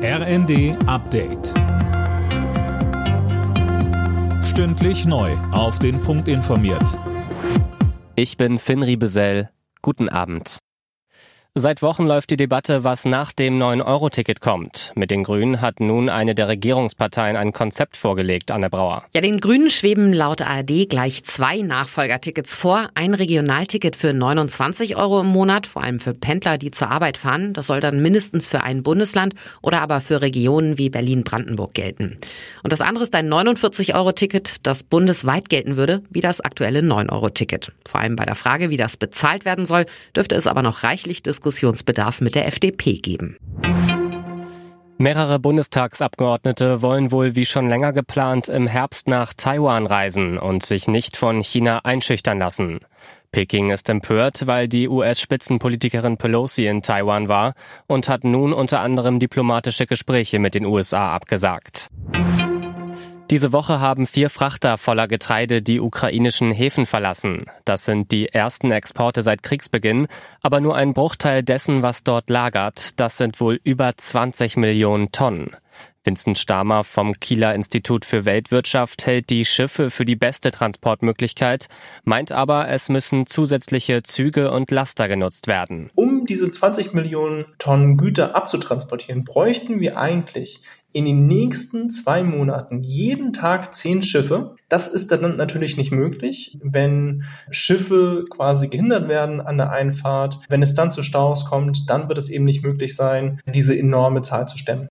RND Update. Stündlich neu auf den Punkt informiert. Ich bin Finn Riebesell. Guten Abend. Seit Wochen läuft die Debatte, was nach dem 9-Euro-Ticket kommt. Mit den Grünen hat nun eine der Regierungsparteien ein Konzept vorgelegt, Anne Brauer. Ja, den Grünen schweben laut ARD gleich 2 Nachfolgertickets vor. Ein Regionalticket für 29 Euro im Monat, vor allem für Pendler, die zur Arbeit fahren. Das soll dann mindestens für ein Bundesland oder aber für Regionen wie Berlin-Brandenburg gelten. Und das andere ist ein 49-Euro-Ticket, das bundesweit gelten würde, wie das aktuelle 9-Euro-Ticket. Vor allem bei der Frage, wie das bezahlt werden soll, dürfte es aber noch reichlich Diskussionsbedarf mit der FDP geben. Mehrere Bundestagsabgeordnete wollen wohl wie schon länger geplant im Herbst nach Taiwan reisen und sich nicht von China einschüchtern lassen. Peking ist empört, weil die US-Spitzenpolitikerin Pelosi in Taiwan war und hat nun unter anderem diplomatische Gespräche mit den USA abgesagt. Diese Woche haben 4 Frachter voller Getreide die ukrainischen Häfen verlassen. Das sind die ersten Exporte seit Kriegsbeginn, aber nur ein Bruchteil dessen, was dort lagert. Das sind wohl über 20 Millionen Tonnen. Vincent Stamer vom Kieler Institut für Weltwirtschaft hält die Schiffe für die beste Transportmöglichkeit, meint aber, es müssen zusätzliche Züge und Laster genutzt werden. Um diese 20 Millionen Tonnen Güter abzutransportieren, bräuchten wir eigentlich in den nächsten 2 Monaten jeden Tag 10 Schiffe. Das ist dann natürlich nicht möglich, wenn Schiffe quasi gehindert werden an der Einfahrt. Wenn es dann zu Staus kommt, dann wird es eben nicht möglich sein, diese enorme Zahl zu stemmen.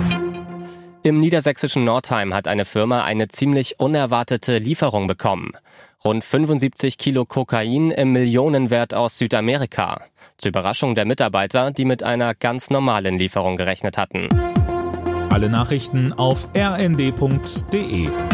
Im niedersächsischen Northeim hat eine Firma eine ziemlich unerwartete Lieferung bekommen. Rund 75 Kilo Kokain im Millionenwert aus Südamerika. Zur Überraschung der Mitarbeiter, die mit einer ganz normalen Lieferung gerechnet hatten. Alle Nachrichten auf rnd.de.